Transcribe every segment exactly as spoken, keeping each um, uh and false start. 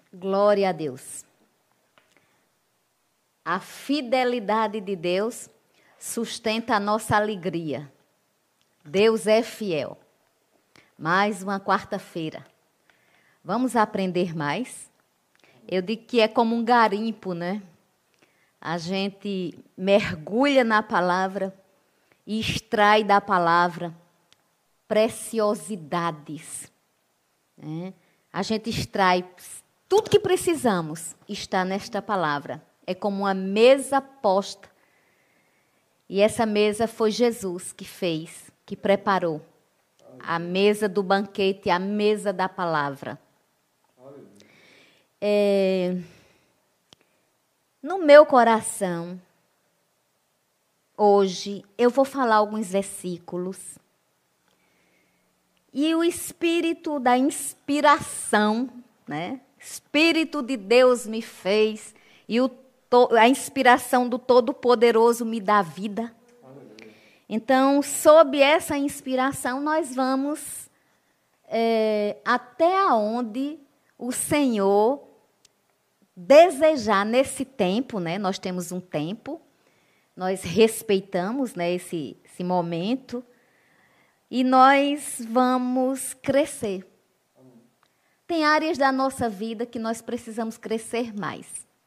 Glória a Deus. A fidelidade de Deus sustenta a nossa alegria. Deus é fiel. Mais uma quarta-feira. Vamos aprender mais? Eu digo que é como um garimpo, né? A gente mergulha na palavra e extrai da palavra preciosidades. Né? A gente extrai tudo que precisamos, está nesta palavra. É como uma mesa posta. E essa mesa foi Jesus que fez, que preparou. A mesa do banquete, a mesa da palavra. É, no meu coração, hoje, eu vou falar alguns versículos. E o espírito da inspiração, né? Espírito de Deus me fez, e o, a inspiração do Todo-Poderoso me dá vida. Então, sob essa inspiração, nós vamos é, até onde o Senhor desejar nesse tempo, né? Nós temos um tempo, nós respeitamos, né, esse, esse momento, e nós vamos crescer. Tem áreas da nossa vida que nós precisamos crescer mais.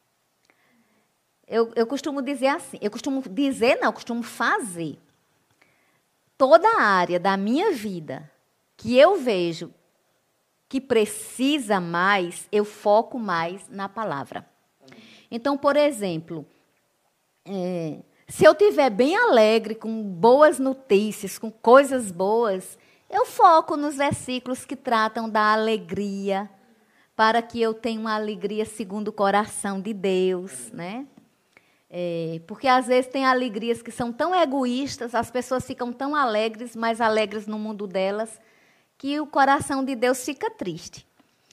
Eu, eu costumo dizer assim, eu costumo dizer, não, eu costumo fazer. Toda a área da minha vida que eu vejo que precisa mais, eu foco mais na palavra. Então, por exemplo, é, se eu estiver bem alegre, com boas notícias, com coisas boas, eu foco nos versículos que tratam da alegria, para que eu tenha uma alegria segundo o coração de Deus, né? É, porque às vezes tem alegrias que são tão egoístas, as pessoas ficam tão alegres, mais alegres no mundo delas, que o coração de Deus fica triste.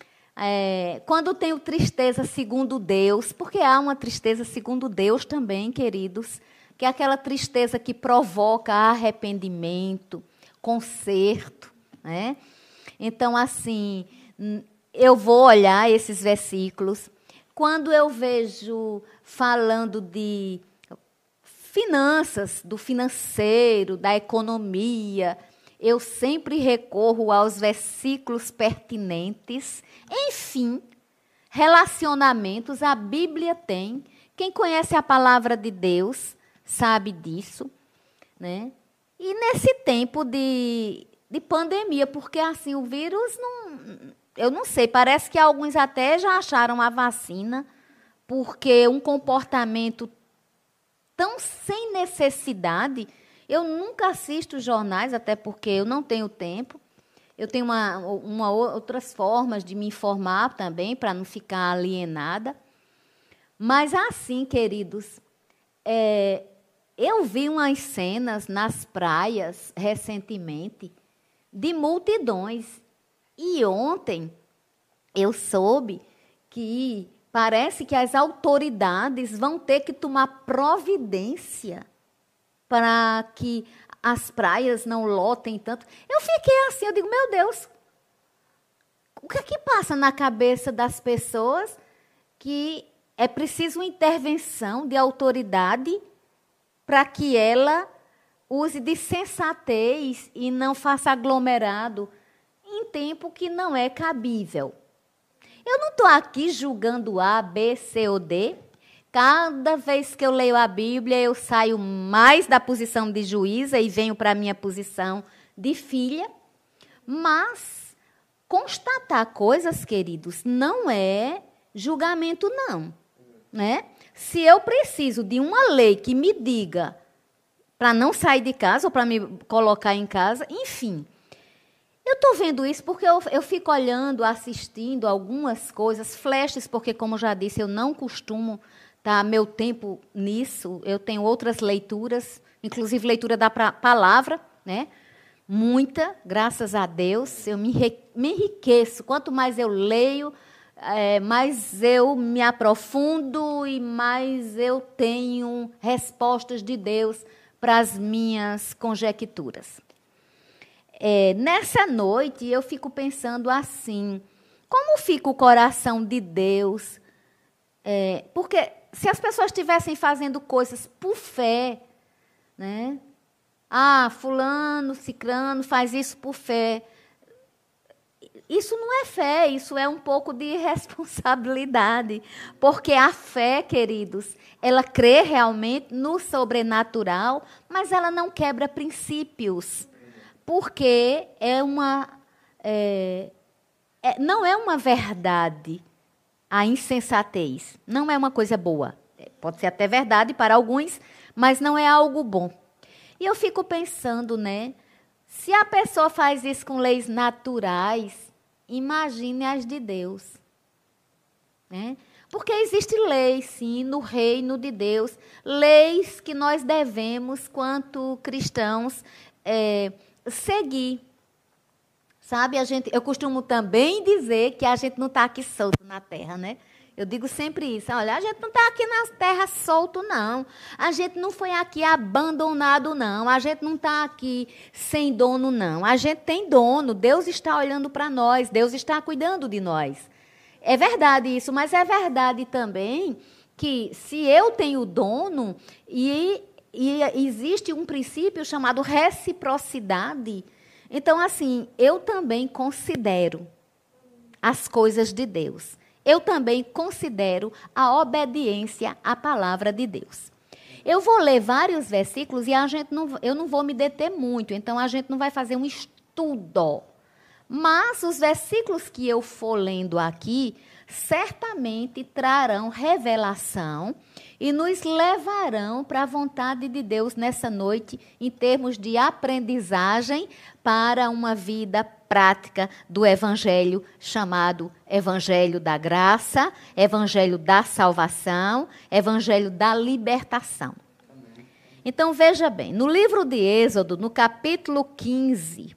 É, quando tenho tristeza segundo Deus, porque há uma tristeza segundo Deus também, queridos, que é aquela tristeza que provoca arrependimento, conserto, né? Então, assim, eu vou olhar esses versículos. Quando eu vejo falando de finanças, do financeiro, da economia, eu sempre recorro aos versículos pertinentes. Enfim, relacionamentos, a Bíblia tem. Quem conhece a palavra de Deus sabe disso, né? E nesse tempo de, de pandemia, porque assim, o vírus não... Eu não sei, parece que alguns até já acharam a vacina, porque um comportamento tão sem necessidade. Eu nunca assisto jornais, até porque eu não tenho tempo. Eu tenho uma, uma, outras formas de me informar também, para não ficar alienada. Mas assim, queridos, é, eu vi umas cenas nas praias recentemente de multidões. E ontem eu soube que parece que as autoridades vão ter que tomar providência para que as praias não lotem tanto. Eu fiquei assim, eu digo, meu Deus, o que é que passa na cabeça das pessoas que é preciso uma intervenção de autoridade para que ela use de sensatez e não faça aglomerado em tempo que não é cabível. Eu não estou aqui julgando A, B, C ou D. Cada vez que eu leio a Bíblia, eu saio mais da posição de juíza e venho para a minha posição de filha. Mas constatar coisas, queridos, não é julgamento, não. Né? Se eu preciso de uma lei que me diga para não sair de casa ou para me colocar em casa, enfim... Eu estou vendo isso porque eu, eu fico olhando, assistindo algumas coisas, flashes, porque, como já disse, eu não costumo dar meu tempo nisso. Eu tenho outras leituras, inclusive leitura da palavra, né? Muita, graças a Deus. Eu me, me enriqueço. Quanto mais eu leio, é, mais eu me aprofundo e mais eu tenho respostas de Deus para as minhas conjecturas. É, nessa noite, eu fico pensando assim, como fica o coração de Deus? É, porque se as pessoas estivessem fazendo coisas por fé, né? Ah, fulano, cicrano faz isso por fé. Isso não é fé, isso é um pouco de irresponsabilidade. Porque a fé, queridos, ela crê realmente no sobrenatural, mas ela não quebra princípios. Porque é uma, é, é, não é uma verdade a insensatez. Não é uma coisa boa. Pode ser até verdade para alguns, mas não é algo bom. E eu fico pensando, né? Se a pessoa faz isso com leis naturais, imagine as de Deus. Né? Porque existem leis, sim, no reino de Deus. Leis que nós devemos, quanto cristãos, é, seguir. Sabe, a gente, eu costumo também dizer que a gente não está aqui solto na terra, né? Eu digo sempre isso. Olha, a gente não está aqui na terra solto, não. A gente não foi aqui abandonado, não. A gente não está aqui sem dono, não. A gente tem dono. Deus está olhando para nós. Deus está cuidando de nós. É verdade isso, mas é verdade também que se eu tenho dono e, e existe um princípio chamado reciprocidade, então, assim, eu também considero as coisas de Deus. Eu também considero a obediência à palavra de Deus. Eu vou ler vários versículos e a gente não, eu não vou me deter muito, então a gente não vai fazer um estudo. Mas os versículos que eu for lendo aqui, certamente trarão revelação e nos levarão para a vontade de Deus nessa noite, em termos de aprendizagem para uma vida prática do Evangelho chamado Evangelho da Graça, Evangelho da Salvação, Evangelho da Libertação. Amém. Então, veja bem, no livro de Êxodo, no capítulo quinze,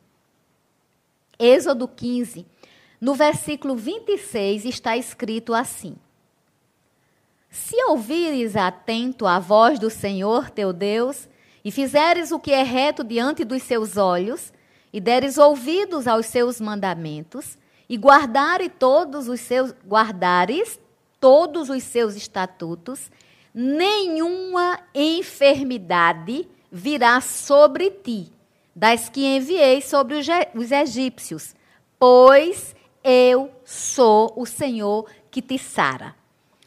Êxodo quinze, no versículo vinte e seis, está escrito assim: Se ouvires atento a voz do Senhor teu Deus, e fizeres o que é reto diante dos seus olhos, e deres ouvidos aos seus mandamentos, e guardares todos os seus, guardares todos os seus estatutos, nenhuma enfermidade virá sobre ti, das que enviei sobre os, os egípcios, pois eu sou o Senhor que te sara.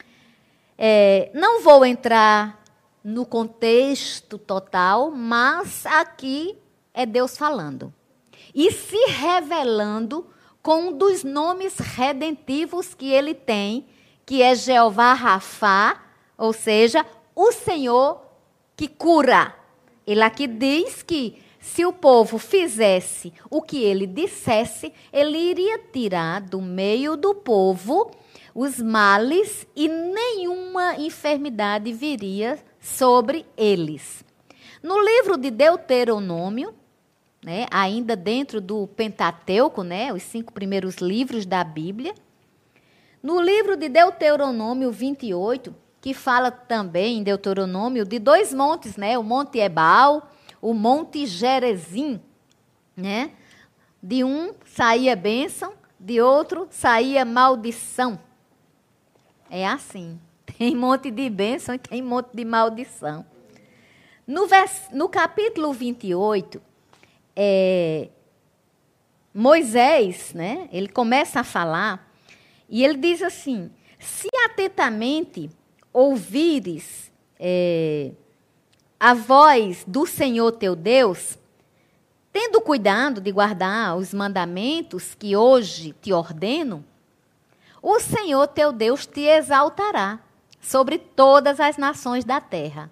É, não vou entrar no contexto total, mas aqui é Deus falando. E se revelando com um dos nomes redentivos que ele tem, que é Jeová Rafá, ou seja, o Senhor que cura. Ele aqui diz que se o povo fizesse o que ele dissesse, ele iria tirar do meio do povo os males e nenhuma enfermidade viria sobre eles. No livro de Deuteronômio, né, ainda dentro do Pentateuco, né, os cinco primeiros livros da Bíblia, no livro de Deuteronômio vinte e oito, que fala também em Deuteronômio de dois montes, né, o Monte Ebal, o Monte Gerizim, né? De um saía bênção, de outro saía maldição. É assim. Tem monte de bênção e tem monte de maldição. No, vers, no capítulo vinte e oito, é, Moisés, né? Ele começa a falar e ele diz assim: se atentamente ouvires É, a voz do Senhor teu Deus, tendo cuidado de guardar os mandamentos que hoje te ordeno, o Senhor teu Deus te exaltará sobre todas as nações da terra.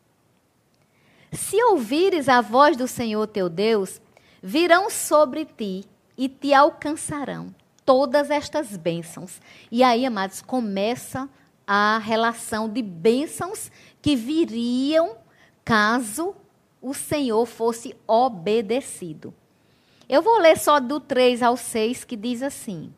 Se ouvires a voz do Senhor teu Deus, virão sobre ti e te alcançarão todas estas bênçãos. E aí, amados, começa a relação de bênçãos que viriam caso o Senhor fosse obedecido. Eu vou ler só do três ao seis, que diz assim: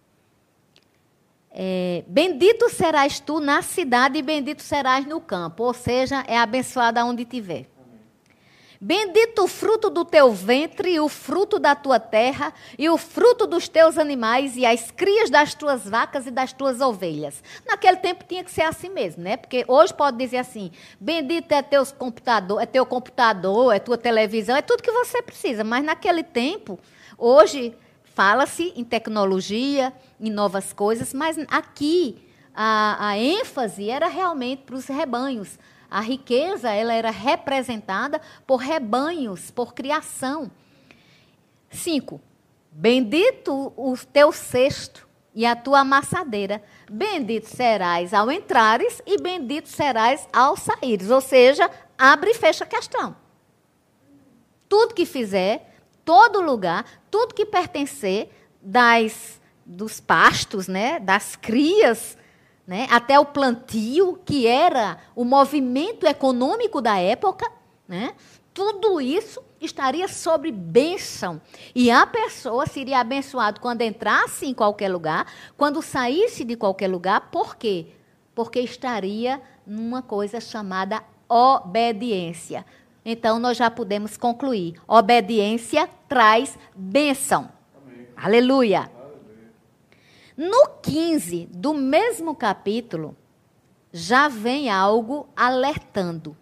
é, bendito serás tu na cidade e bendito serás no campo, ou seja, é abençoado aonde tiver. Amém. Bendito o fruto do teu ventre, e o fruto da tua terra, e o fruto dos teus animais, e as crias das tuas vacas e das tuas ovelhas. Naquele tempo tinha que ser assim mesmo, né? Porque hoje pode dizer assim, bendito é, teus computador, é teu computador, é tua televisão, é tudo que você precisa. Mas naquele tempo, hoje, fala-se em tecnologia, em novas coisas, mas aqui a, a ênfase era realmente para os rebanhos. A riqueza, ela era representada por rebanhos, por criação. Cinco, bendito o teu cesto e a tua amassadeira. Bendito serás ao entrares e bendito serás ao saíres. Ou seja, abre e fecha a questão. Tudo que fizer, todo lugar, tudo que pertencer das, dos pastos, né, das crias, né, até o plantio, que era o movimento econômico da época, né, tudo isso estaria sobre bênção. E a pessoa seria abençoada quando entrasse em qualquer lugar, quando saísse de qualquer lugar. Por quê? Porque estaria numa coisa chamada obediência. Então, nós já podemos concluir. Obediência traz bênção. Amém. Aleluia. No quinze do mesmo capítulo, já vem algo alertando.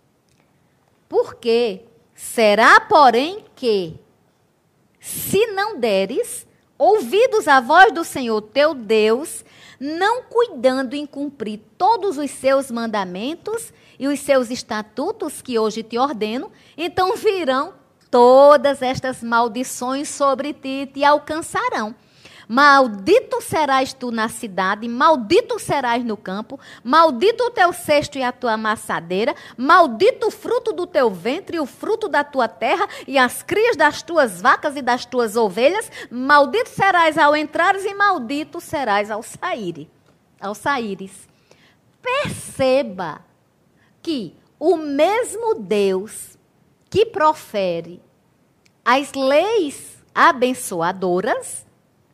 Porque será, porém, que, se não deres ouvidos à voz do Senhor teu Deus, não cuidando em cumprir todos os seus mandamentos e os seus estatutos que hoje te ordeno, então virão todas estas maldições sobre ti e te alcançarão. Maldito serás tu na cidade, maldito serás no campo, maldito o teu cesto e a tua amassadeira, maldito o fruto do teu ventre e o fruto da tua terra e as crias das tuas vacas e das tuas ovelhas, maldito serás ao entrares e maldito serás ao sair, ao saíres. Perceba que o mesmo Deus que profere as leis abençoadoras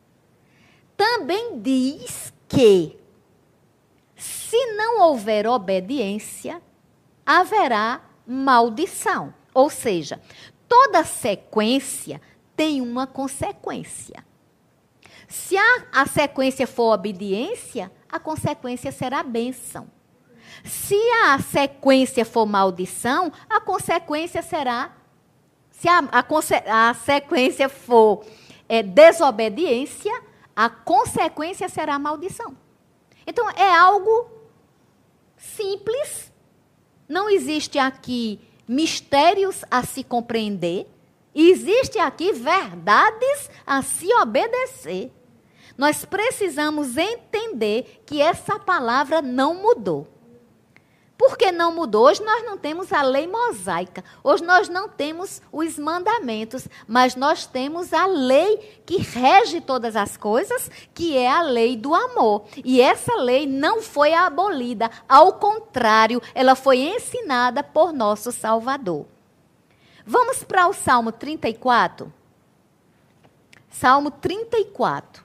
também diz que, se não houver obediência, haverá maldição. Ou seja, toda sequência tem uma consequência. Se a, a sequência for obediência, a consequência será bênção. Se a sequência for maldição, a consequência será... Se a, a, a sequência for é, desobediência, a consequência será maldição. Então, é algo simples. Não existe aqui mistérios a se compreender. Existe aqui verdades a se obedecer. Nós precisamos entender que essa palavra não mudou. Por que não mudou? Hoje nós não temos a lei mosaica. Hoje nós não temos os mandamentos. Mas nós temos a lei que rege todas as coisas, que é a lei do amor. E essa lei não foi abolida. Ao contrário, ela foi ensinada por nosso Salvador. Vamos para o Salmo trinta e quatro? Salmo trinta e quatro.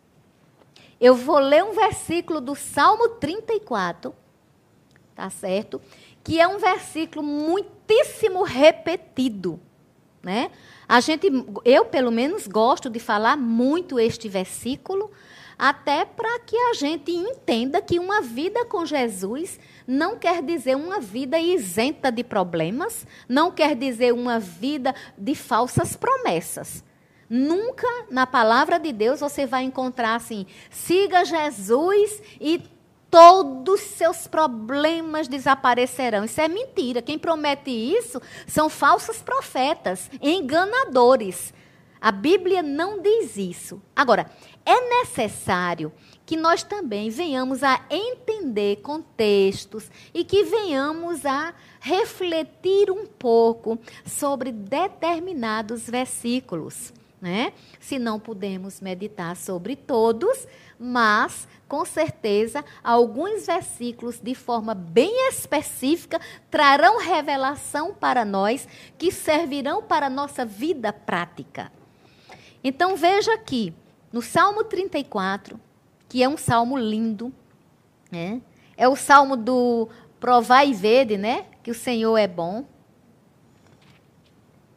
Eu vou ler um versículo do Salmo trinta e quatro. Tá certo? Que é um versículo muitíssimo repetido, né? A gente, eu pelo menos gosto de falar muito este versículo, até para que a gente entenda que uma vida com Jesus não quer dizer uma vida isenta de problemas, não quer dizer uma vida de falsas promessas. Nunca na palavra de Deus você vai encontrar assim, siga Jesus e todos os seus problemas desaparecerão. Isso é mentira. Quem promete isso são falsos profetas, enganadores. A Bíblia não diz isso. Agora, é necessário que nós também venhamos a entender contextos e que venhamos a refletir um pouco sobre determinados versículos, né? Se não podemos meditar sobre todos, mas, com certeza, alguns versículos, de forma bem específica, trarão revelação para nós, que servirão para a nossa vida prática. Então, veja aqui, no Salmo trinta e quatro, que é um salmo lindo, né? É o salmo do provai e vede, né? Que o Senhor é bom.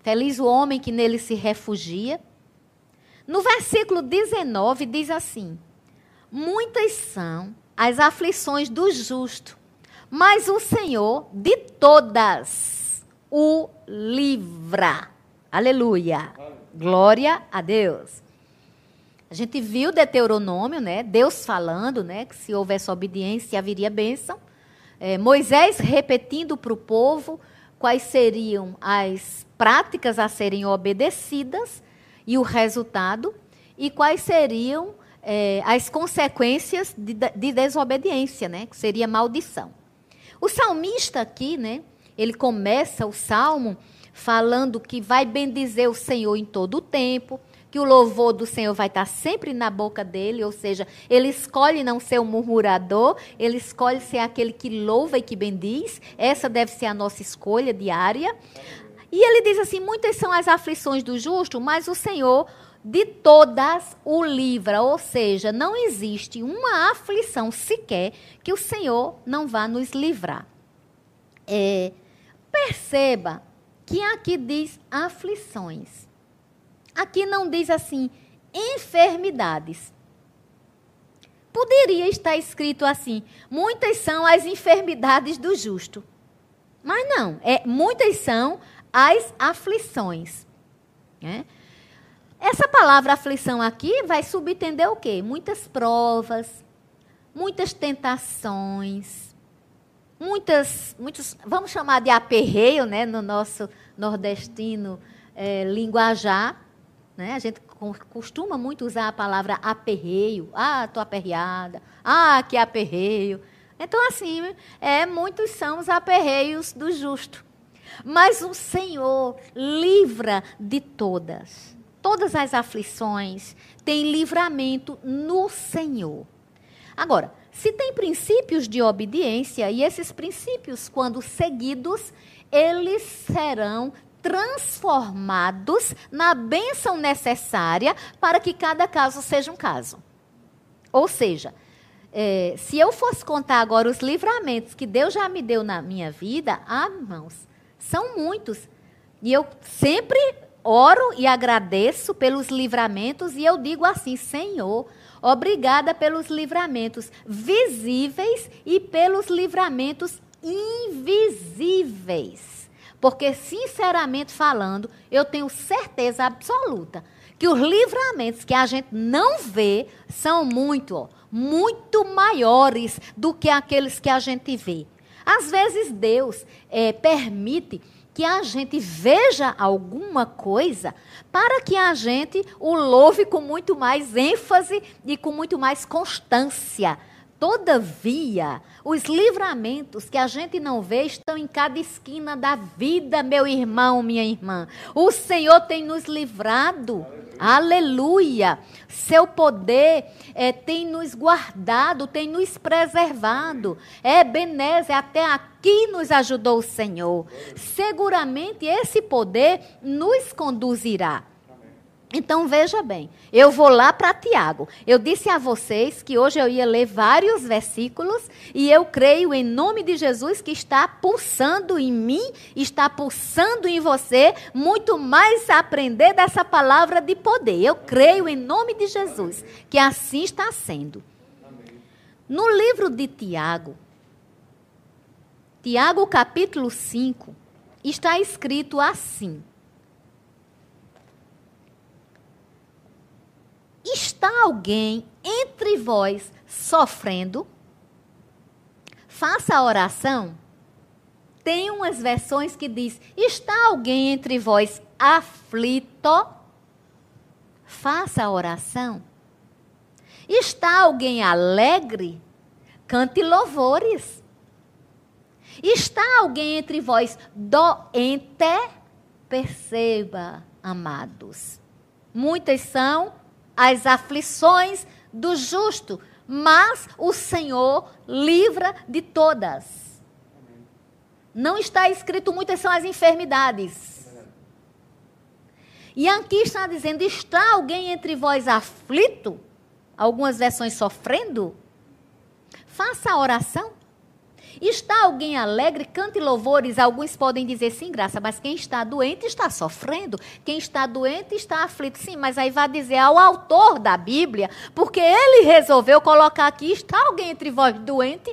Feliz o homem que nele se refugia. No versículo dezenove diz assim: muitas são as aflições do justo, mas o Senhor de todas o livra. Aleluia. Glória a Deus. A gente viu Deuteronômio, né? Deus falando, né? Que se houvesse obediência haveria bênção. É, Moisés repetindo para o povo quais seriam as práticas a serem obedecidas e o resultado, e quais seriam é, as consequências de, de desobediência, né? Que seria maldição. O salmista aqui, né? Ele começa o salmo falando que vai bendizer o Senhor em todo o tempo, que o louvor do Senhor vai estar sempre na boca dele, ou seja, ele escolhe não ser um murmurador, ele escolhe ser aquele que louva e que bendiz. Essa deve ser a nossa escolha diária. E ele diz assim, muitas são as aflições do justo, mas o Senhor de todas o livra, ou seja, não existe uma aflição sequer que o Senhor não vá nos livrar. É, perceba que aqui diz aflições. Aqui não diz assim, enfermidades. Poderia estar escrito assim, muitas são as enfermidades do justo. Mas não, é, muitas são as aflições. Né? Essa palavra aflição aqui vai subentender o quê? Muitas provas, muitas tentações, muitas, muitos, vamos chamar de aperreio, né, no nosso nordestino é, linguajar. Né? A gente costuma muito usar a palavra aperreio. Ah, estou aperreada. Ah, que aperreio. Então, assim, é, muitos são os aperreios do justo. Mas o Senhor livra de todas. Todas as aflições têm livramento no Senhor. Agora, se tem princípios de obediência, e esses princípios, quando seguidos, eles serão transformados na bênção necessária para que cada caso seja um caso. Ou seja, é, se eu fosse contar agora os livramentos que Deus já me deu na minha vida, ah, irmãos, são muitos. E eu sempre oro e agradeço pelos livramentos e eu digo assim, Senhor, obrigada pelos livramentos visíveis e pelos livramentos invisíveis. Porque, sinceramente falando, eu tenho certeza absoluta que os livramentos que a gente não vê são muito, ó, muito maiores do que aqueles que a gente vê. Às vezes, Deus é, permite que a gente veja alguma coisa para que a gente o louve com muito mais ênfase e com muito mais constância. Todavia, os livramentos que a gente não vê estão em cada esquina da vida, meu irmão, minha irmã. O Senhor tem nos livrado. Aleluia. Seu poder é, tem nos guardado, tem nos preservado. É, Ebenezer, até aqui nos ajudou o Senhor. Seguramente esse poder nos conduzirá. Então, veja bem, eu vou lá para Tiago. Eu disse a vocês que hoje eu ia ler vários versículos e eu creio em nome de Jesus que está pulsando em mim, está pulsando em você, muito mais a aprender dessa palavra de poder. Eu creio em nome de Jesus que assim está sendo. No livro de Tiago, Tiago capítulo cinco, está escrito assim: está alguém entre vós sofrendo? Faça a oração. Tem umas versões que diz, está alguém entre vós aflito? Faça a oração. Está alguém alegre? Cante louvores. Está alguém entre vós doente? Perceba, amados. Muitas são as aflições do justo, mas o Senhor livra de todas. Não está escrito muitas são as enfermidades. E aqui está dizendo, está alguém entre vós aflito? Algumas versões sofrendo? Faça a oração. Está alguém alegre? Cante louvores. Alguns podem dizer sim, Graça, mas quem está doente está sofrendo. Quem está doente está aflito. Sim, mas aí vai dizer ao autor da Bíblia, porque ele resolveu colocar aqui, está alguém entre vós doente?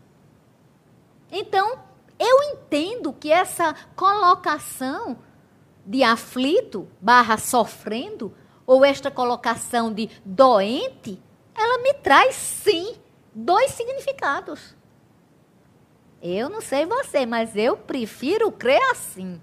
Então, eu entendo que essa colocação de aflito barra sofrendo, ou esta colocação de doente, ela me traz, sim, dois significados. Eu não sei você, mas eu prefiro crer assim.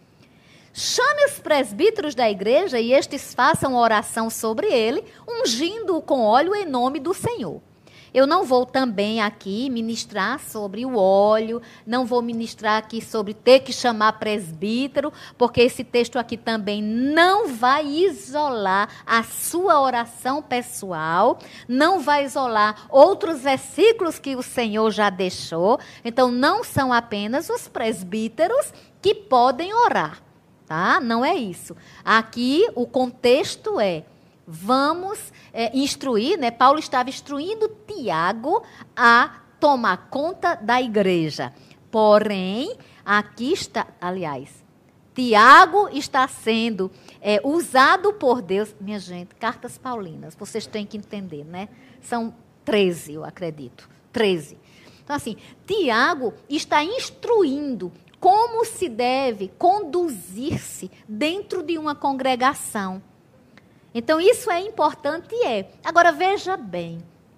Chame os presbíteros da igreja e estes façam oração sobre ele, ungindo-o com óleo em nome do Senhor. Eu não vou também aqui ministrar sobre o óleo, não vou ministrar aqui sobre ter que chamar presbítero, porque esse texto aqui também não vai isolar a sua oração pessoal, não vai isolar outros versículos que o Senhor já deixou. Então, não são apenas os presbíteros que podem orar, tá? Não é isso. Aqui, o contexto é: vamos é, instruir, né? Paulo estava instruindo Tiago a tomar conta da igreja. Porém, aqui está, aliás, Tiago está sendo é, usado por Deus. Minha gente, cartas paulinas, vocês têm que entender, né? São treze, eu acredito. treze. Então, assim, Tiago está instruindo como se deve conduzir-se dentro de uma congregação. Então, isso é importante, é. Agora, veja bem.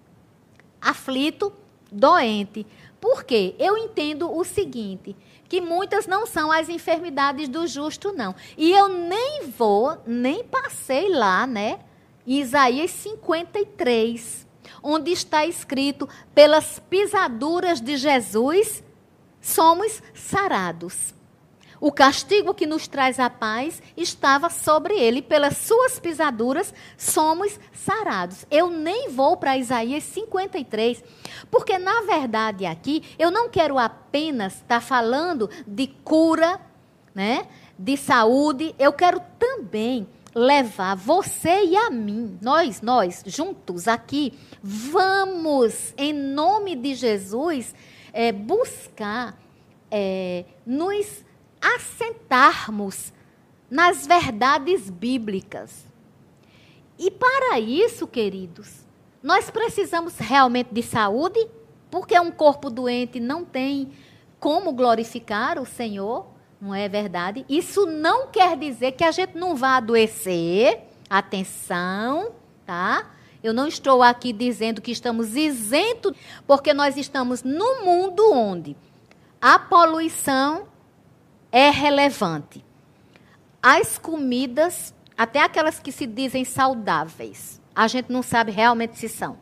Aflito, doente. Por quê? Eu entendo o seguinte, que muitas não são as enfermidades do justo, não. E eu nem vou, nem passei lá, né? Em Isaías cinquenta e três, onde está escrito: pelas pisaduras de Jesus, somos sarados. O castigo que nos traz a paz estava sobre ele. Pelas suas pisaduras, somos sarados. Eu nem vou para Isaías cinquenta e três, porque, na verdade, aqui, eu não quero apenas estar falando de cura, né, de saúde. Eu quero também levar você e a mim, nós, nós, juntos aqui, vamos, em nome de Jesus, é, buscar é, nos assentarmos nas verdades bíblicas. E para isso, queridos, nós precisamos realmente de saúde, porque um corpo doente não tem como glorificar o Senhor, não é verdade? Isso não quer dizer que a gente não vá adoecer. Atenção, tá? Eu não estou aqui dizendo que estamos isentos, porque nós estamos num mundo onde a poluição é relevante. As comidas, até aquelas que se dizem saudáveis, a gente não sabe realmente se são.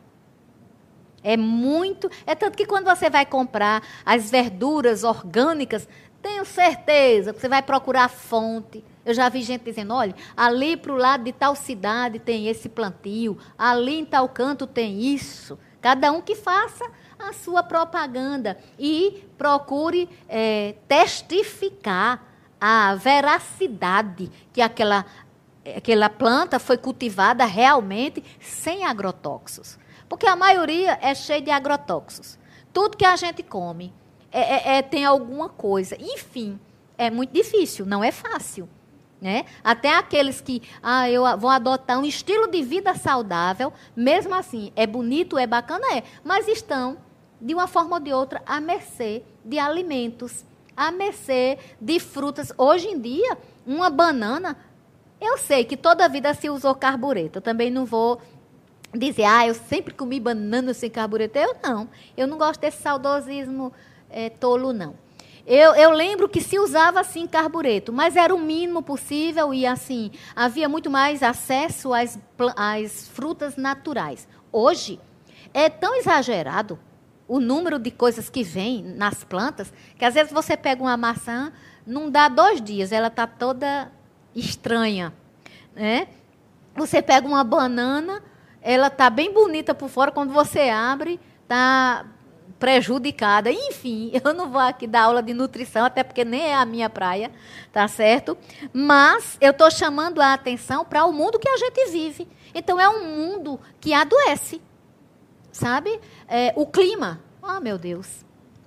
É muito... É tanto que quando você vai comprar as verduras orgânicas, tenho certeza que você vai procurar a fonte. Eu já vi gente dizendo, olha, ali para o lado de tal cidade tem esse plantio, ali em tal canto tem isso. Cada um que faça a sua propaganda e procure é, testificar a veracidade que aquela, aquela planta foi cultivada realmente sem agrotóxicos. Porque a maioria é cheia de agrotóxicos. Tudo que a gente come é, é, é, tem alguma coisa. Enfim, é muito difícil, não é fácil. Né? Até aqueles que, ah, eu vou adotar um estilo de vida saudável, mesmo assim, é bonito, é bacana, é, mas estão, de uma forma ou de outra, à mercê de alimentos, à mercê de frutas. Hoje em dia, uma banana, eu sei que toda a vida se usou carbureto, eu também não vou dizer, ah, eu sempre comi banana sem carbureto, eu não, eu não gosto desse saudosismo é, tolo, não. Eu, eu lembro que se usava, assim, carbureto, mas era o mínimo possível e, assim, havia muito mais acesso às, às frutas naturais. Hoje, é tão exagerado o número de coisas que vem nas plantas, que às vezes você pega uma maçã, não dá dois dias, ela está toda estranha, né? Você pega uma banana, ela está bem bonita por fora, quando você abre, está prejudicada. Enfim, eu não vou aqui dar aula de nutrição, até porque nem é a minha praia, tá certo? Mas eu estou chamando a atenção para o mundo que a gente vive. Então, é um mundo que adoece, sabe? É, o clima, oh meu Deus,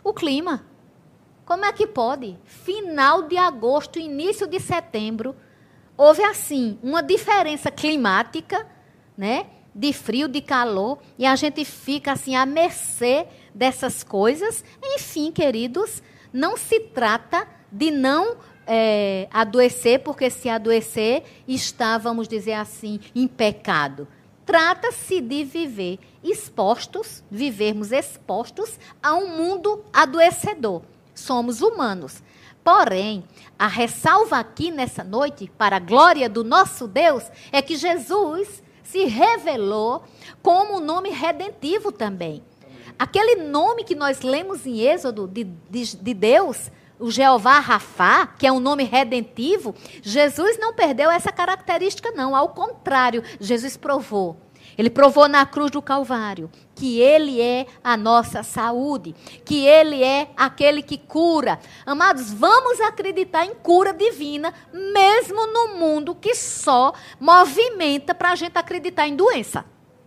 O clima. Como é que pode? Final de agosto, início de setembro, houve assim uma diferença climática, né? De frio, de calor, e a gente fica assim à mercê dessas coisas. Enfim, queridos, não se trata de não é, adoecer, porque se adoecer está, vamos dizer assim, em pecado. Trata-se de viver expostos, vivermos expostos a um mundo adoecedor. Somos humanos. Porém, a ressalva aqui nessa noite, para a glória do nosso Deus, é que Jesus se revelou como um nome redentivo também. Aquele nome que nós lemos em Êxodo de, de, de Deus, o Jeová Rafá, que é um nome redentivo, Jesus não perdeu essa característica, não. Ao contrário, Jesus provou. Ele provou na cruz do Calvário que Ele é a nossa saúde, que Ele é aquele que cura. Amados, vamos acreditar em cura divina, mesmo no mundo que só movimenta para a gente acreditar em doença.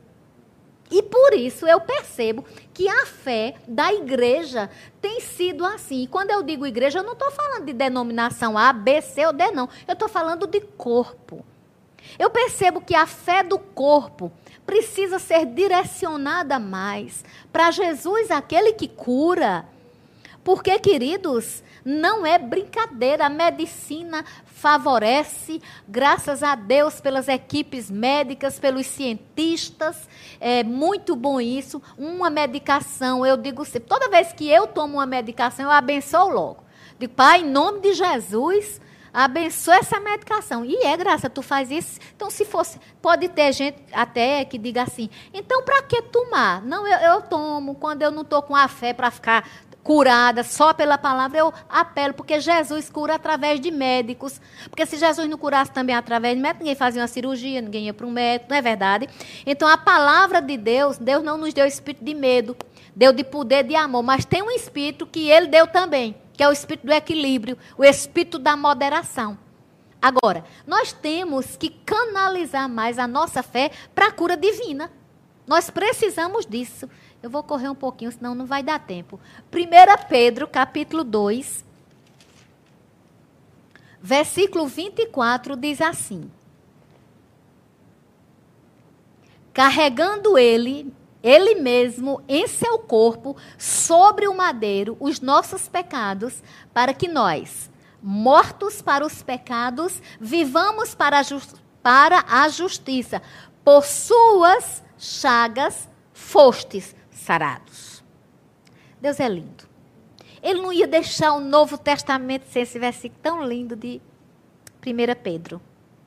E por isso eu percebo que a fé da igreja tem sido assim. E quando eu digo igreja, eu não estou falando de denominação A, B, C ou D, não. Eu estou falando de corpo. Eu percebo que a fé do corpo precisa ser direcionada mais para Jesus, aquele que cura. Porque, queridos, não é brincadeira. A medicina favorece, graças a Deus, pelas equipes médicas, pelos cientistas. É muito bom isso. Uma medicação, eu digo sempre, toda vez que eu tomo uma medicação, eu abençoo logo. Digo, Pai, em nome de Jesus, abençoa essa medicação. E é graça, tu faz isso. Então, se fosse, pode ter gente até que diga assim, então, para que tomar? Não, eu, eu tomo quando eu não estou com a fé para ficar curada, só pela palavra, eu apelo, porque Jesus cura através de médicos. Porque se Jesus não curasse também através de médicos, ninguém fazia uma cirurgia, ninguém ia para um médico, não é verdade? Então, a palavra de Deus, Deus não nos deu espírito de medo, deu de poder, de amor, mas tem um espírito que Ele deu também, que é o espírito do equilíbrio, o espírito da moderação. Agora, nós temos que canalizar mais a nossa fé para a cura divina. Nós precisamos disso. Eu vou correr um pouquinho, senão não vai dar tempo. primeira Pedro, capítulo dois, versículo vinte e quatro, diz assim: carregando ele, ele mesmo, em seu corpo, sobre o madeiro, os nossos pecados, para que nós, mortos para os pecados, vivamos para a, just, para a justiça. Por suas chagas fostes sarados. Deus é lindo. Ele não ia deixar o Novo Testamento sem esse versículo tão lindo de primeira Pedro.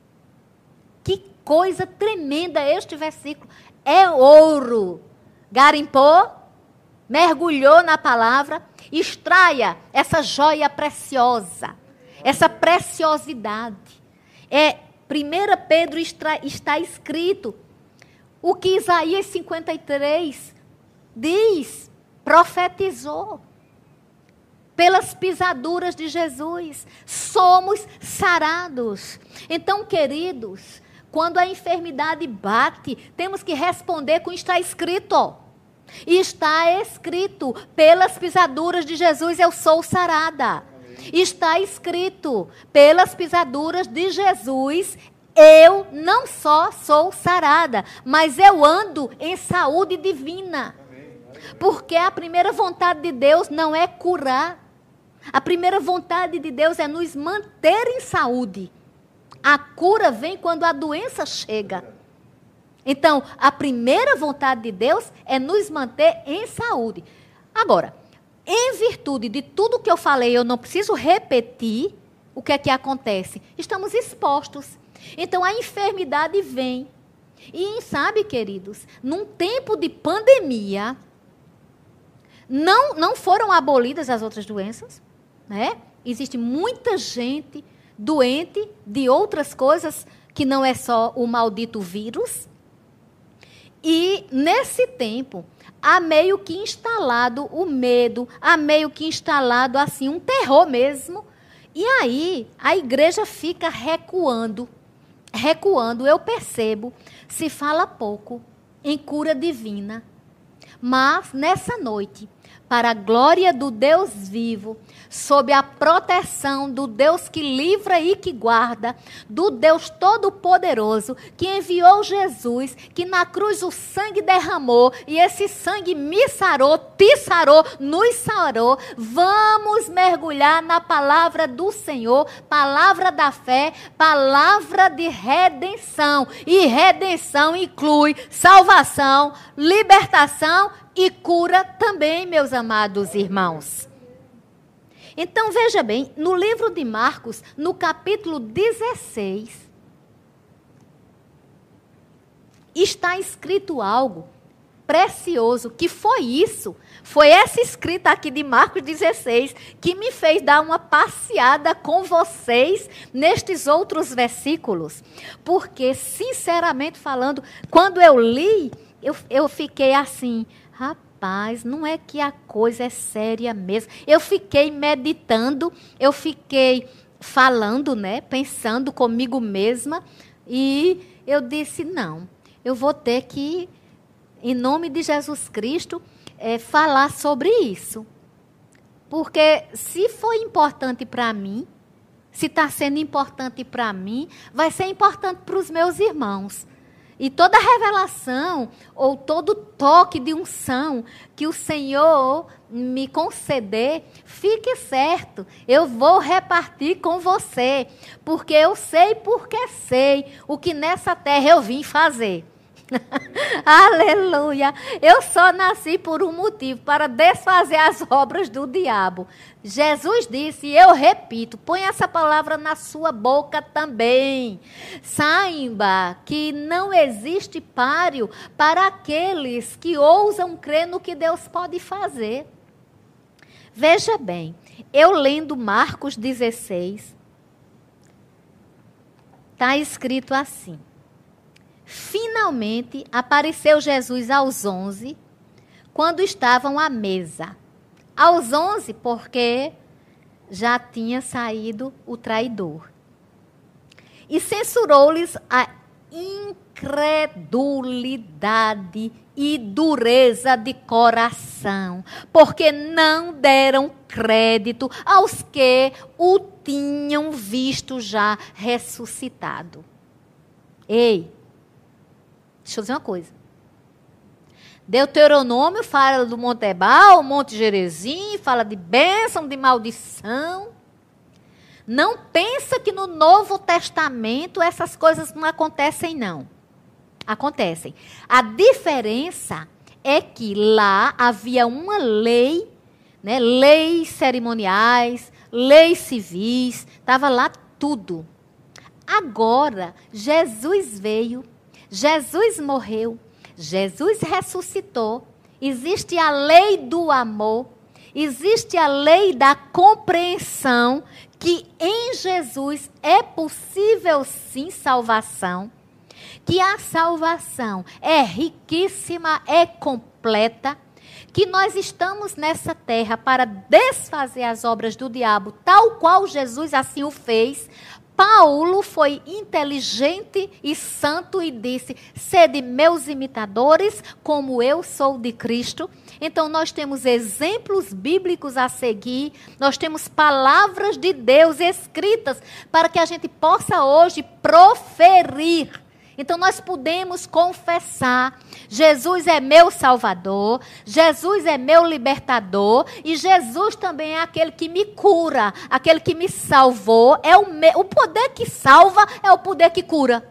Que coisa tremenda este versículo. É ouro. Garimpou, mergulhou na palavra, extraia essa joia preciosa, essa preciosidade. É, primeira Pedro está, está escrito o que Isaías cinquenta e três diz, profetizou. Pelas pisaduras de Jesus, somos sarados. Então, queridos, quando a enfermidade bate, temos que responder com está escrito. E está escrito, pelas pisaduras de Jesus eu sou sarada. Está escrito, pelas pisaduras de Jesus eu não só sou sarada, mas eu ando em saúde divina. Porque a primeira vontade de Deus não é curar. A primeira vontade de Deus é nos manter em saúde. A cura vem quando a doença chega. Então, a primeira vontade de Deus é nos manter em saúde. Agora, em virtude de tudo que eu falei, eu não preciso repetir o que é que acontece. Estamos expostos. Então, a enfermidade vem. E sabe, queridos, num tempo de pandemia, não, não foram abolidas as outras doenças, né? Existe muita gente doente de outras coisas que não é só o maldito vírus. E, nesse tempo, há meio que instalado o medo, há meio que instalado, assim, um terror mesmo. E aí, a igreja fica recuando, recuando. Eu percebo, se fala pouco em cura divina. Mas, nessa noite, para a glória do Deus vivo, sob a proteção do Deus que livra e que guarda, do Deus Todo-Poderoso, que enviou Jesus, que na cruz o sangue derramou, e esse sangue me sarou, te sarou, nos sarou. Vamos mergulhar na palavra do Senhor, palavra da fé, palavra de redenção. E redenção inclui salvação, libertação e cura também, meus amados irmãos. Então, veja bem, no livro de Marcos, no capítulo dezesseis, está escrito algo precioso, que foi isso, foi essa escrita aqui de Marcos dezesseis, que me fez dar uma passeada com vocês nestes outros versículos. Porque, sinceramente falando, quando eu li, eu, eu fiquei assim, rapaz, não é que a coisa é séria mesmo. Eu fiquei meditando, eu fiquei falando, né, pensando comigo mesma, e eu disse, não, eu vou ter que, em nome de Jesus Cristo, é, falar sobre isso. Porque se foi importante para mim, se está sendo importante para mim, vai ser importante para os meus irmãos. E toda revelação ou todo toque de unção que o Senhor me conceder, fique certo, eu vou repartir com você, porque eu sei porque sei o que nessa terra eu vim fazer. Aleluia! Eu só nasci por um motivo, para desfazer as obras do diabo. Jesus disse, e eu repito, põe essa palavra na sua boca também. Saiba que não existe páreo para aqueles que ousam crer no que Deus pode fazer. Veja bem, eu lendo Marcos dezesseis, está escrito assim. Finalmente, apareceu Jesus aos onze, quando estavam à mesa. Aos onze, porque já tinha saído o traidor. E censurou-lhes a incredulidade e dureza de coração, porque não deram crédito aos que o tinham visto já ressuscitado. Ei! Deixa eu dizer uma coisa. Deuteronômio fala do Monte Ebal, Monte Gerezim, fala de bênção, de maldição. Não pensa que no Novo Testamento essas coisas não acontecem, não. Acontecem. A diferença é que lá havia uma lei, né, leis cerimoniais, leis civis, estava lá tudo. Agora, Jesus veio, Jesus morreu, Jesus ressuscitou, existe a lei do amor, existe a lei da compreensão, que em Jesus é possível sim salvação, que a salvação é riquíssima, é completa, que nós estamos nessa terra para desfazer as obras do diabo, tal qual Jesus assim o fez. Paulo foi inteligente e santo e disse, sede meus imitadores, como eu sou de Cristo. Então nós temos exemplos bíblicos a seguir, nós temos palavras de Deus escritas para que a gente possa hoje proferir. Então nós podemos confessar, Jesus é meu Salvador, Jesus é meu libertador, e Jesus também é aquele que me cura, aquele que me salvou. É o, me... o poder que salva é o poder que cura.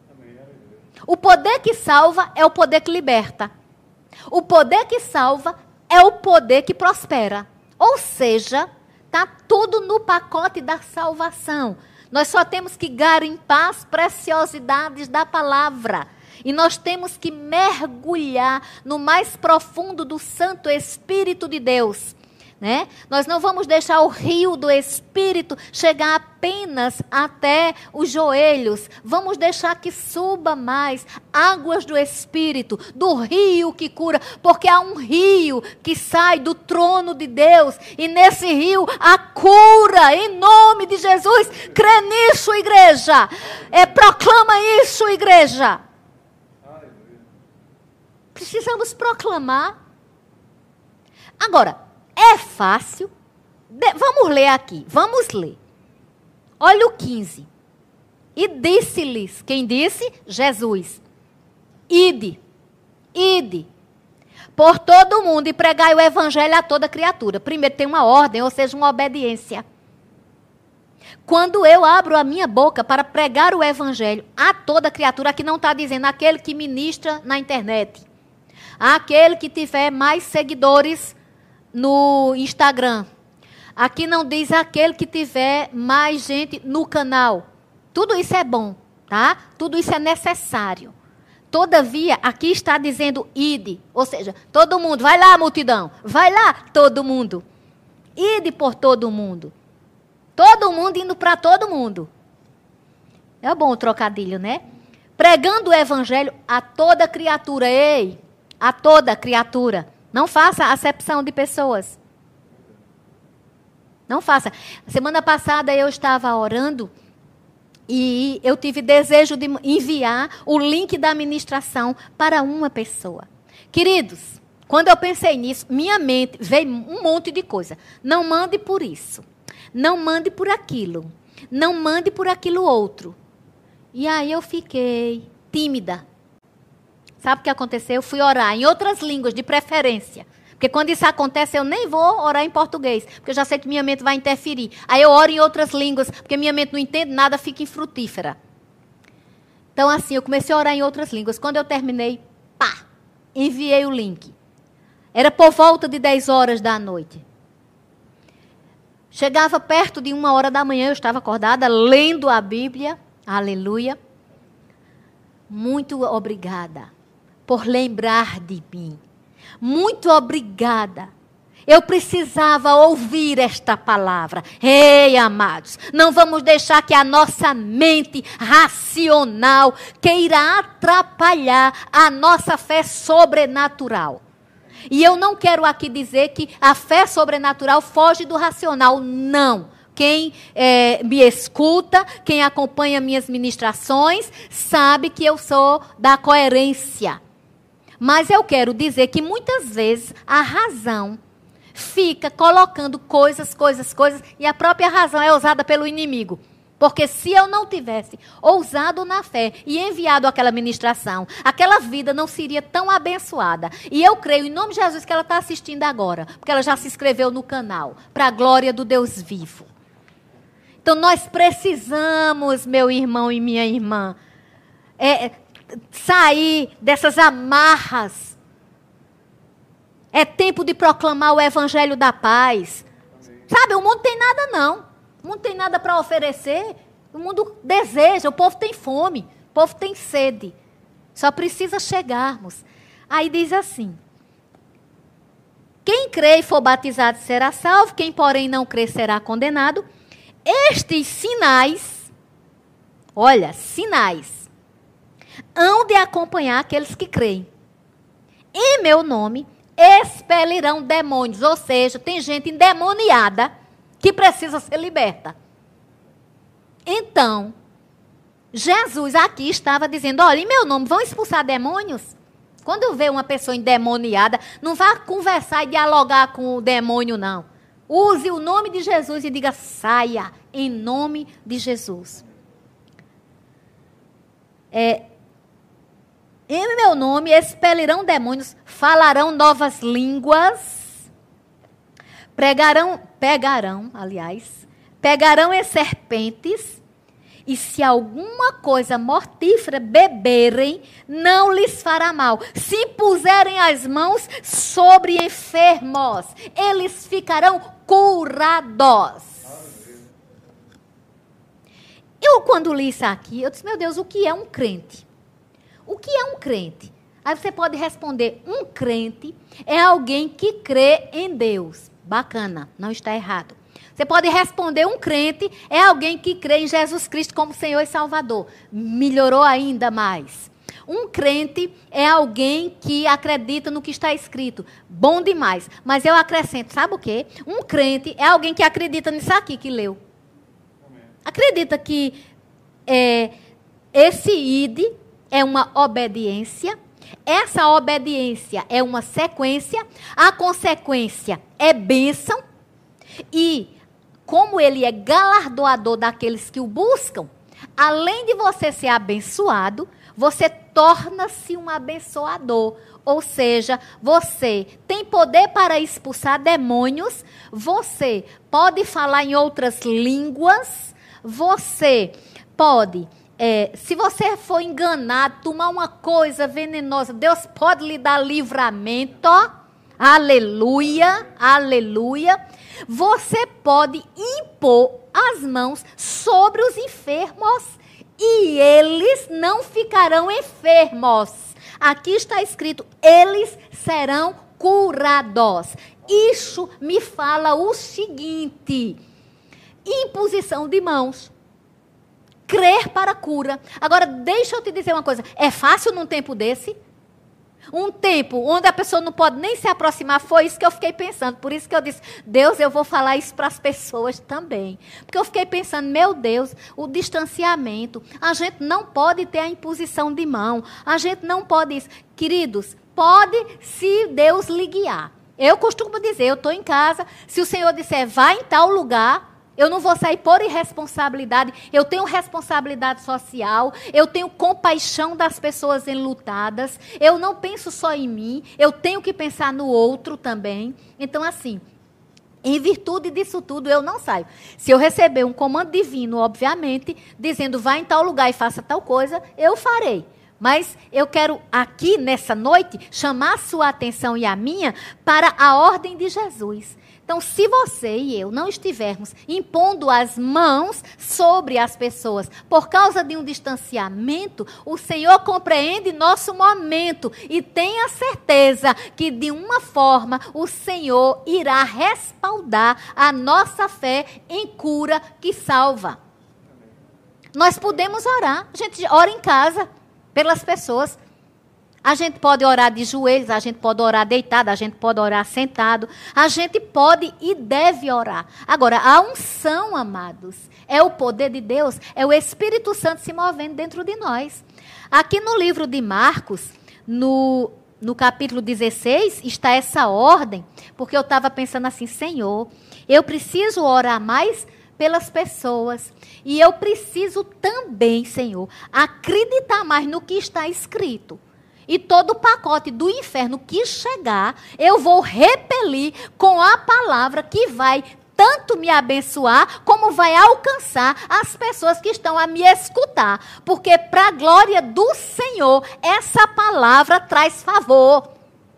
O poder que salva é o poder que liberta. O poder que salva é o poder que prospera. Ou seja, está tudo no pacote da salvação. Nós só temos que garimpar as preciosidades da palavra. E nós temos que mergulhar no mais profundo do Santo Espírito de Deus. Né? Nós não vamos deixar o rio do Espírito chegar apenas até os joelhos. Vamos deixar que suba mais águas do Espírito, do rio que cura. Porque há um rio que sai do trono de Deus. E nesse rio há cura, em nome de Jesus. Crê nisso, igreja. É, proclama isso, igreja. Precisamos proclamar. Agora, é fácil? De, vamos ler aqui, vamos ler. Olha o quinze. E disse-lhes, quem disse? Jesus. Ide, ide, por todo mundo e pregai o evangelho a toda criatura. Primeiro tem uma ordem, ou seja, uma obediência. Quando eu abro a minha boca para pregar o evangelho a toda criatura, aqui não está dizendo aquele que ministra na internet, aquele que tiver mais seguidores no Instagram. Aqui não diz aquele que tiver mais gente no canal. Tudo isso é bom, tá? Tudo isso é necessário. Todavia, aqui está dizendo ide, ou seja, todo mundo, vai lá multidão, vai lá todo mundo. Ide por todo mundo. Todo mundo indo para todo mundo. É bom o trocadilho, né? Pregando o evangelho a toda criatura. Ei, a toda criatura. Não faça acepção de pessoas. Não faça. Semana passada eu estava orando e eu tive desejo de enviar o link da ministração para uma pessoa. Queridos, quando eu pensei nisso, minha mente veio um monte de coisa. Não mande por isso. Não mande por aquilo. Não mande por aquilo outro. E aí eu fiquei tímida. Sabe o que aconteceu? Eu fui orar em outras línguas, de preferência. Porque quando isso acontece, eu nem vou orar em português. Porque eu já sei que minha mente vai interferir. Aí eu oro em outras línguas, porque minha mente não entende nada, fica infrutífera. Então assim, eu comecei a orar em outras línguas. Quando eu terminei, pá, enviei o link. Era por volta de dez horas da noite. Chegava perto de uma hora da manhã, eu estava acordada, lendo a Bíblia. Aleluia. Muito obrigada por lembrar de mim. Muito obrigada. Eu precisava ouvir esta palavra. Ei, amados, não vamos deixar que a nossa mente racional queira atrapalhar a nossa fé sobrenatural. E eu não quero aqui dizer que a fé sobrenatural foge do racional. Não. Quem é, me escuta, quem acompanha minhas ministrações, sabe que eu sou da coerência. Mas eu quero dizer que muitas vezes a razão fica colocando coisas, coisas, coisas, e a própria razão é usada pelo inimigo. Porque se eu não tivesse ousado na fé e enviado aquela ministração, aquela vida não seria tão abençoada. E eu creio em nome de Jesus que ela está assistindo agora, porque ela já se inscreveu no canal, para a glória do Deus vivo. Então nós precisamos, meu irmão e minha irmã, é, sair dessas amarras. É tempo de proclamar o evangelho da paz. Sabe, o mundo não tem nada não. O mundo tem nada para oferecer. O mundo deseja, o povo tem fome, o povo tem sede. Só precisa chegarmos. Aí diz assim: quem crê e for batizado será salvo, quem porém não crê será condenado. Estes sinais, olha, sinais, hão de acompanhar aqueles que creem. Em meu nome expelirão demônios, ou seja, tem gente endemoniada que precisa ser liberta. Então, Jesus aqui estava dizendo, olha, em meu nome vão expulsar demônios? Quando vê uma pessoa endemoniada, não vá conversar e dialogar com o demônio, não. Use o nome de Jesus e diga, saia, em nome de Jesus. É, em meu nome expelirão demônios, falarão novas línguas, pregarão, pegarão, aliás, pegarão em serpentes, e se alguma coisa mortífera beberem, não lhes fará mal. Se puserem as mãos sobre enfermos, eles ficarão curados. Eu, quando li isso aqui, eu disse, meu Deus, o que é um crente? O que é um crente? Aí você pode responder, um crente é alguém que crê em Deus. Bacana, não está errado. Você pode responder, um crente é alguém que crê em Jesus Cristo como Senhor e Salvador. Melhorou ainda mais. Um crente é alguém que acredita no que está escrito. Bom demais. Mas eu acrescento, sabe o quê? Um crente é alguém que acredita nisso aqui que leu. Amém. Acredita que é, esse ide é uma obediência essa obediência é uma sequência, a consequência é bênção, e como ele é galardoador daqueles que o buscam, além de você ser abençoado, você torna-se um abençoador. Ou seja, você tem poder para expulsar demônios, você pode falar em outras línguas, você pode, é, se você for enganado, tomar uma coisa venenosa, Deus pode lhe dar livramento, aleluia, aleluia. Você pode impor as mãos sobre os enfermos e eles não ficarão enfermos. Aqui está escrito, eles serão curados. Isso me fala o seguinte, imposição de mãos, crer para cura. Agora, deixa eu te dizer uma coisa, é fácil num tempo desse? Um tempo onde a pessoa não pode nem se aproximar, foi isso que eu fiquei pensando. Por isso que eu disse, Deus, eu vou falar isso para as pessoas também. Porque eu fiquei pensando, meu Deus, o distanciamento. A gente não pode ter a imposição de mão. A gente não pode isso. Queridos, pode se Deus lhe guiar. Eu costumo dizer, eu estou em casa, se o Senhor disser, vai em tal lugar, eu não vou sair por irresponsabilidade, eu tenho responsabilidade social, eu tenho compaixão das pessoas enlutadas, eu não penso só em mim, eu tenho que pensar no outro também. Então, assim, em virtude disso tudo, eu não saio. Se eu receber um comando divino, obviamente, dizendo, vá em tal lugar e faça tal coisa, eu farei. Mas eu quero aqui, nessa noite, chamar a sua atenção e a minha para a ordem de Jesus. Então, se você e eu não estivermos impondo as mãos sobre as pessoas por causa de um distanciamento, o Senhor compreende nosso momento e tenha certeza que, de uma forma, o Senhor irá respaldar a nossa fé em cura que salva. Nós podemos orar, a gente ora em casa pelas pessoas. A gente pode orar de joelhos, a gente pode orar deitado, a gente pode orar sentado. A gente pode e deve orar. Agora, a unção, amados, é o poder de Deus, é o Espírito Santo se movendo dentro de nós. Aqui no livro de Marcos, no, no capítulo dezesseis, está essa ordem, porque eu estava pensando assim, Senhor, eu preciso orar mais pelas pessoas. E eu preciso também, Senhor, acreditar mais no que está escrito. E todo o pacote do inferno que chegar, eu vou repelir com a palavra que vai tanto me abençoar, como vai alcançar as pessoas que estão a me escutar. Porque para a glória do Senhor, essa palavra traz favor.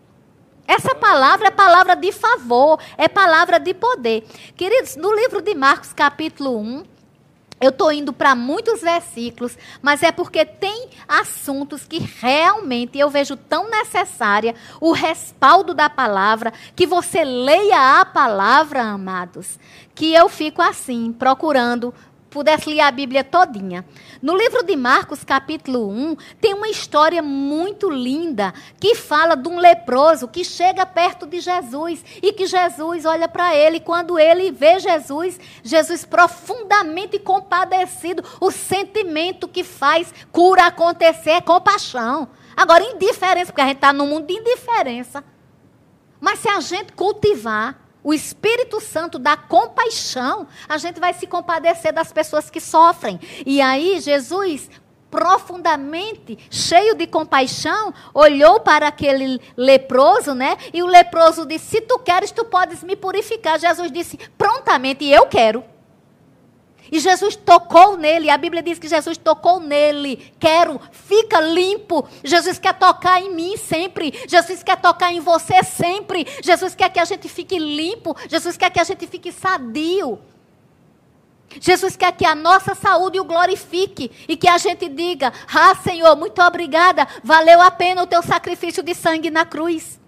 Essa palavra é palavra de favor, é palavra de poder. Queridos, no livro de Marcos, capítulo um, eu estou indo para muitos versículos, mas é porque tem assuntos que realmente eu vejo tão necessária o respaldo da palavra, que você leia a palavra, amados, que eu fico assim, procurando, pudesse ler a Bíblia todinha. No livro de Marcos, capítulo um, tem uma história muito linda que fala de um leproso que chega perto de Jesus e que Jesus olha para ele. Quando ele vê Jesus, Jesus profundamente compadecido, o sentimento que faz cura acontecer é compaixão. Agora, indiferença, porque a gente está num mundo de indiferença. Mas se a gente cultivar o Espírito Santo da compaixão, a gente vai se compadecer das pessoas que sofrem. E aí Jesus, profundamente cheio de compaixão, olhou para aquele leproso, né? E o leproso disse, se tu queres, tu podes me purificar. Jesus disse, prontamente, eu quero. E Jesus tocou nele, a Bíblia diz que Jesus tocou nele, quero, fica limpo. Jesus quer tocar em mim sempre, Jesus quer tocar em você sempre, Jesus quer que a gente fique limpo, Jesus quer que a gente fique sadio. Jesus quer que a nossa saúde o glorifique e que a gente diga, ah Senhor, muito obrigada, valeu a pena o teu sacrifício de sangue na cruz.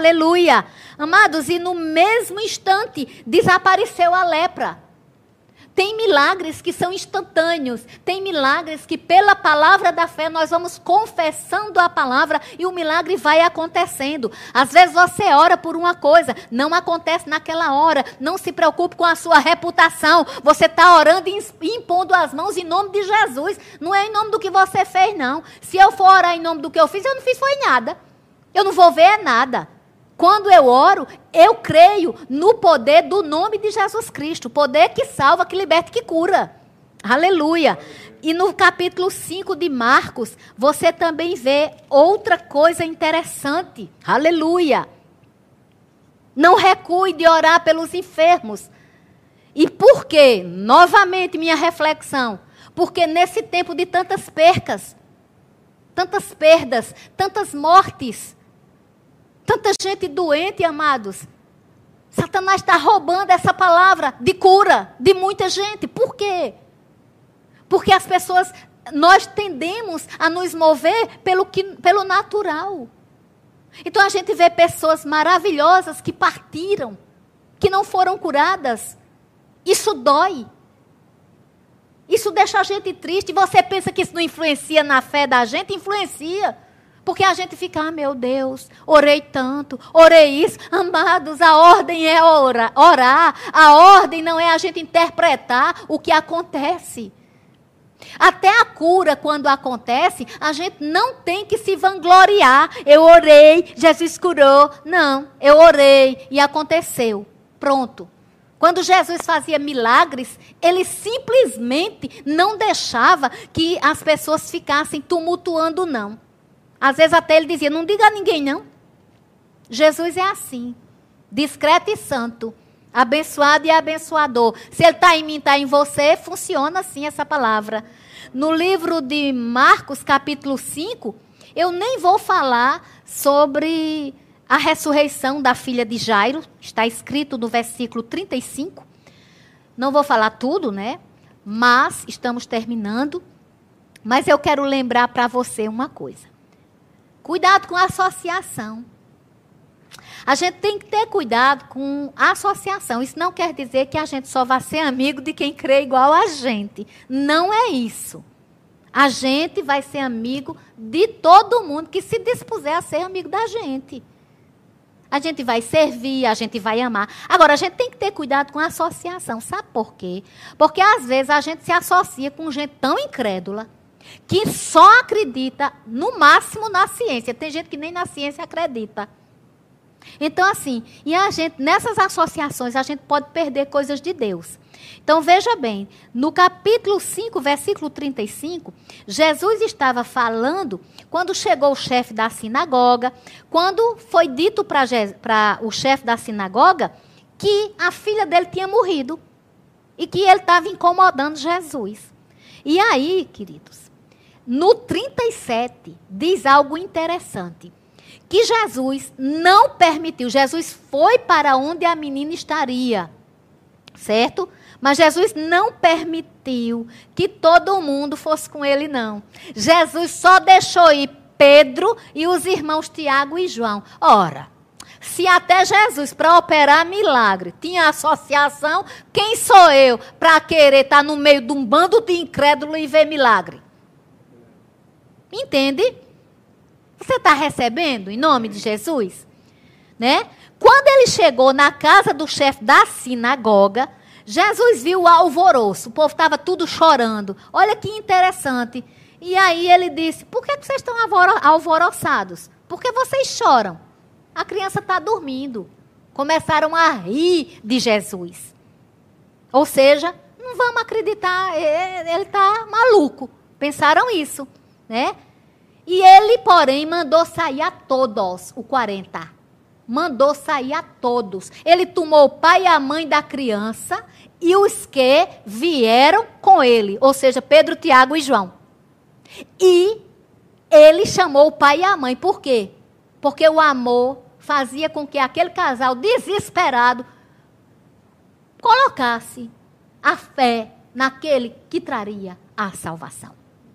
Aleluia. Amados, e no mesmo instante desapareceu a lepra. Tem milagres que são instantâneos. Tem milagres que pela palavra da fé nós vamos confessando a palavra e o milagre vai acontecendo. Às vezes você ora por uma coisa, não acontece naquela hora. Não se preocupe com a sua reputação. Você está orando e impondo as mãos em nome de Jesus. Não é em nome do que você fez, não. Se eu for orar em nome do que eu fiz, eu não fiz foi nada. Eu não vou ver nada. Quando eu oro, eu creio no poder do nome de Jesus Cristo. Poder que salva, que liberta, que cura. Aleluia. E no capítulo cinco de Marcos, você também vê outra coisa interessante. Aleluia. Não recue de orar pelos enfermos. E por quê? Novamente, minha reflexão. Porque nesse tempo de tantas percas, tantas perdas, tantas mortes, tanta gente doente, amados. Satanás está roubando essa palavra de cura de muita gente. Por quê? Porque as pessoas, nós tendemos a nos mover pelo, que, pelo natural. Então a gente vê pessoas maravilhosas que partiram, que não foram curadas. Isso dói. Isso deixa a gente triste. Você pensa que isso não influencia na fé da gente? Influencia. Porque a gente fica, ah, meu Deus, orei tanto, orei isso. Amados, a ordem é orar, orar. A ordem não é a gente interpretar o que acontece. Até a cura, quando acontece, a gente não tem que se vangloriar. Eu orei, Jesus curou. Não, eu orei e aconteceu. Pronto. Quando Jesus fazia milagres, ele simplesmente não deixava que as pessoas ficassem tumultuando, não. Às vezes até ele dizia, não diga a ninguém não. Jesus é assim, discreto e santo, abençoado e abençoador. Se ele está em mim, está em você, funciona assim essa palavra. No livro de Marcos, capítulo cinco, eu nem vou falar sobre a ressurreição da filha de Jairo. Está escrito no versículo trinta e cinco. Não vou falar tudo, né? Mas estamos terminando. Mas eu quero lembrar para você uma coisa. Cuidado com a associação. A gente tem que ter cuidado com a associação. Isso não quer dizer que a gente só vai ser amigo de quem crê igual a gente. Não é isso. A gente vai ser amigo de todo mundo que se dispuser a ser amigo da gente. A gente vai servir, a gente vai amar. Agora, a gente tem que ter cuidado com a associação. Sabe por quê? Porque às vezes a gente se associa com gente tão incrédula que só acredita, no máximo, na ciência. Tem gente que nem na ciência acredita. Então, assim, e a gente, nessas associações, a gente pode perder coisas de Deus. Então, veja bem, no capítulo cinco, versículo trinta e cinco, Jesus estava falando, quando chegou o chefe da sinagoga, quando foi dito para o chefe da sinagoga que a filha dele tinha morrido e que ele estava incomodando Jesus. E aí, queridos, no trinta e sete, diz algo interessante. Que Jesus não permitiu. Jesus foi para onde a menina estaria. Certo? Mas Jesus não permitiu que todo mundo fosse com ele, não. Jesus só deixou ir Pedro e os irmãos Tiago e João. Ora, se até Jesus, para operar milagre, tinha associação, quem sou eu para querer estar no meio de um bando de incrédulo e ver milagre? Entende? Você está recebendo em nome de Jesus? Né? Quando ele chegou na casa do chefe da sinagoga, Jesus viu o alvoroço. O povo estava tudo chorando. Olha que interessante. E aí ele disse, por que vocês estão alvoroçados? Por que vocês choram? A criança está dormindo. Começaram a rir de Jesus. Ou seja, não vamos acreditar, ele está maluco. Pensaram isso, né? E ele, porém, mandou sair a todos, o quarenta. Mandou sair a todos. Ele tomou o pai e a mãe da criança e os que vieram com ele. Ou seja, Pedro, Tiago e João. E ele chamou o pai e a mãe. Por quê? Porque o amor fazia com que aquele casal desesperado colocasse a fé naquele que traria a salvação.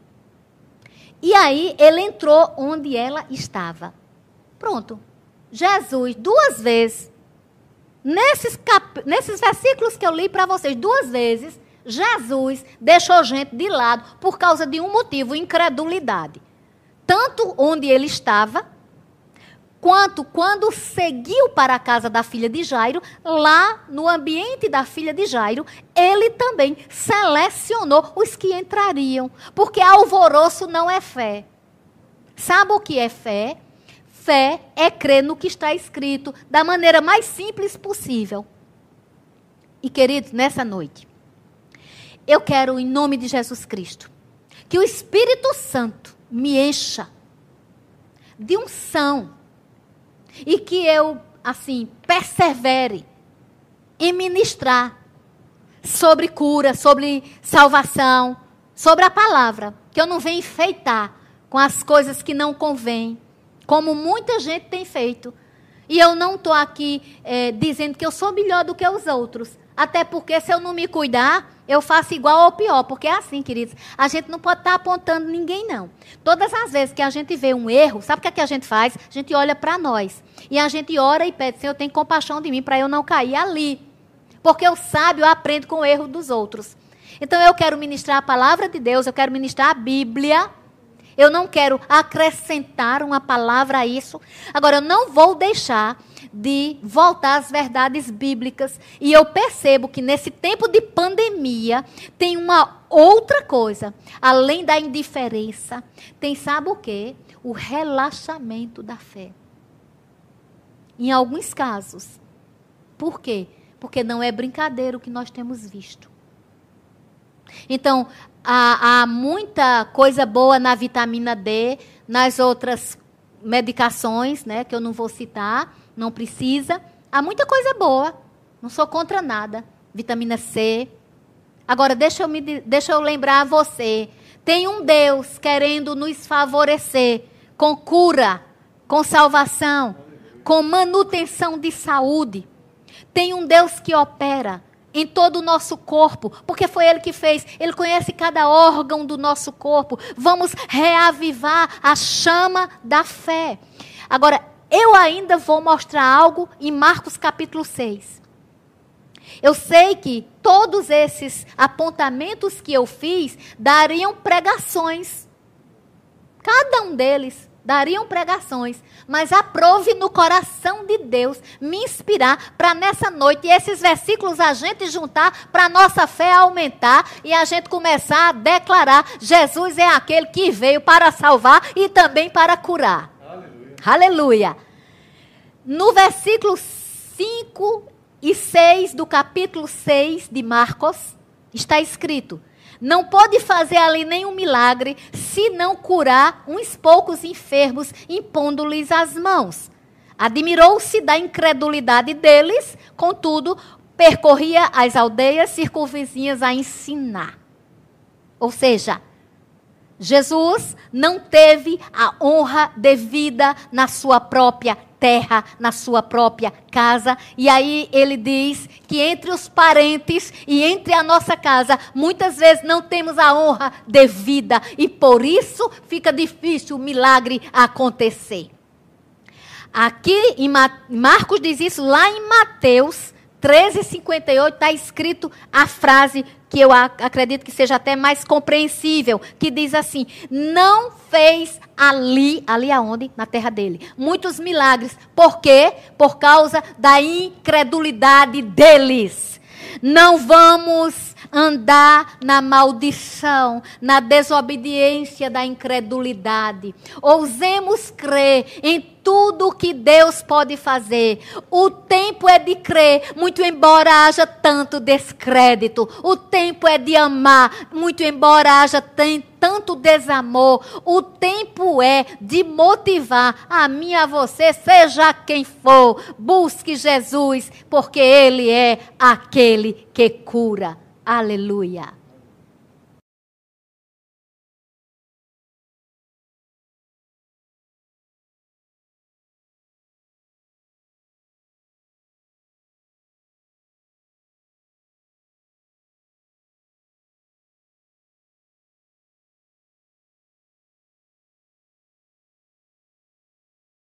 E aí ele entrou onde ela estava. Pronto. Jesus, duas vezes, nesses, cap... nesses versículos que eu li para vocês, duas vezes, Jesus deixou gente de lado por causa de um motivo, incredulidade. Tanto onde ele estava, quanto quando seguiu para a casa da filha de Jairo, lá no ambiente da filha de Jairo, ele também selecionou os que entrariam. Porque alvoroço não é fé. Sabe o que é fé? Fé é crer no que está escrito, da maneira mais simples possível. E, queridos, nessa noite, eu quero, em nome de Jesus Cristo, que o Espírito Santo me encha de unção e que eu, assim, persevere em ministrar sobre cura, sobre salvação, sobre a palavra, que eu não venha enfeitar com as coisas que não convêm, como muita gente tem feito. E eu não estou aqui é, dizendo que eu sou melhor do que os outros. Até porque se eu não me cuidar, eu faço igual ou pior. Porque é assim, queridos, a gente não pode estar apontando ninguém, não. Todas as vezes que a gente vê um erro, sabe o que, é que a gente faz? A gente olha para nós. E a gente ora e pede, Senhor, tem compaixão de mim para eu não cair ali. Porque o sábio aprende com o erro dos outros. Então eu quero ministrar a palavra de Deus, eu quero ministrar a Bíblia. Eu não quero acrescentar uma palavra a isso. Agora, eu não vou deixar de voltar às verdades bíblicas. E eu percebo que nesse tempo de pandemia, tem uma outra coisa. Além da indiferença, tem, sabe o quê? O relaxamento da fé. Em alguns casos. Por quê? Porque não é brincadeira o que nós temos visto. Então, há, há muita coisa boa na vitamina D, nas outras medicações, né, que eu não vou citar, não precisa. Há muita coisa boa, não sou contra nada. Vitamina C. Agora, deixa eu, me, deixa eu lembrar a você, tem um Deus querendo nos favorecer com cura, com salvação, com manutenção de saúde. Tem um Deus que opera em todo o nosso corpo, porque foi Ele que fez. Ele conhece cada órgão do nosso corpo. Vamos reavivar a chama da fé. Agora, eu ainda vou mostrar algo em Marcos capítulo seis. Eu sei que todos esses apontamentos que eu fiz dariam pregações. Cada um deles dariam pregações, mas aprove no coração de Deus me inspirar para nessa noite, e esses versículos a gente juntar para a nossa fé aumentar e a gente começar a declarar: Jesus é aquele que veio para salvar e também para curar. Aleluia. Aleluia. No versículo cinco e seis do capítulo seis de Marcos, está escrito: não pode fazer ali nenhum milagre, se não curar uns poucos enfermos, impondo-lhes as mãos. Admirou-se da incredulidade deles, contudo, percorria as aldeias circunvizinhas a ensinar. Ou seja, Jesus não teve a honra devida na sua própria terra, na sua própria casa. E aí ele diz que entre os parentes e entre a nossa casa, muitas vezes não temos a honra devida. E por isso fica difícil o milagre acontecer. Aqui em Marcos diz isso, lá em Mateus treze, cinquenta e oito, está escrito a frase que eu acredito que seja até mais compreensível, que diz assim: não fez ali, ali aonde? Na terra dele, muitos milagres. Por quê? Por causa da incredulidade deles. Não vamos andar na maldição, na desobediência da incredulidade. Ousemos crer em tudo que Deus pode fazer. O tempo é de crer, muito embora haja tanto descrédito. O tempo é de amar, muito embora haja tanto desamor. O tempo é de motivar a mim e a você, seja quem for, busque Jesus, porque Ele é aquele que cura. Aleluia.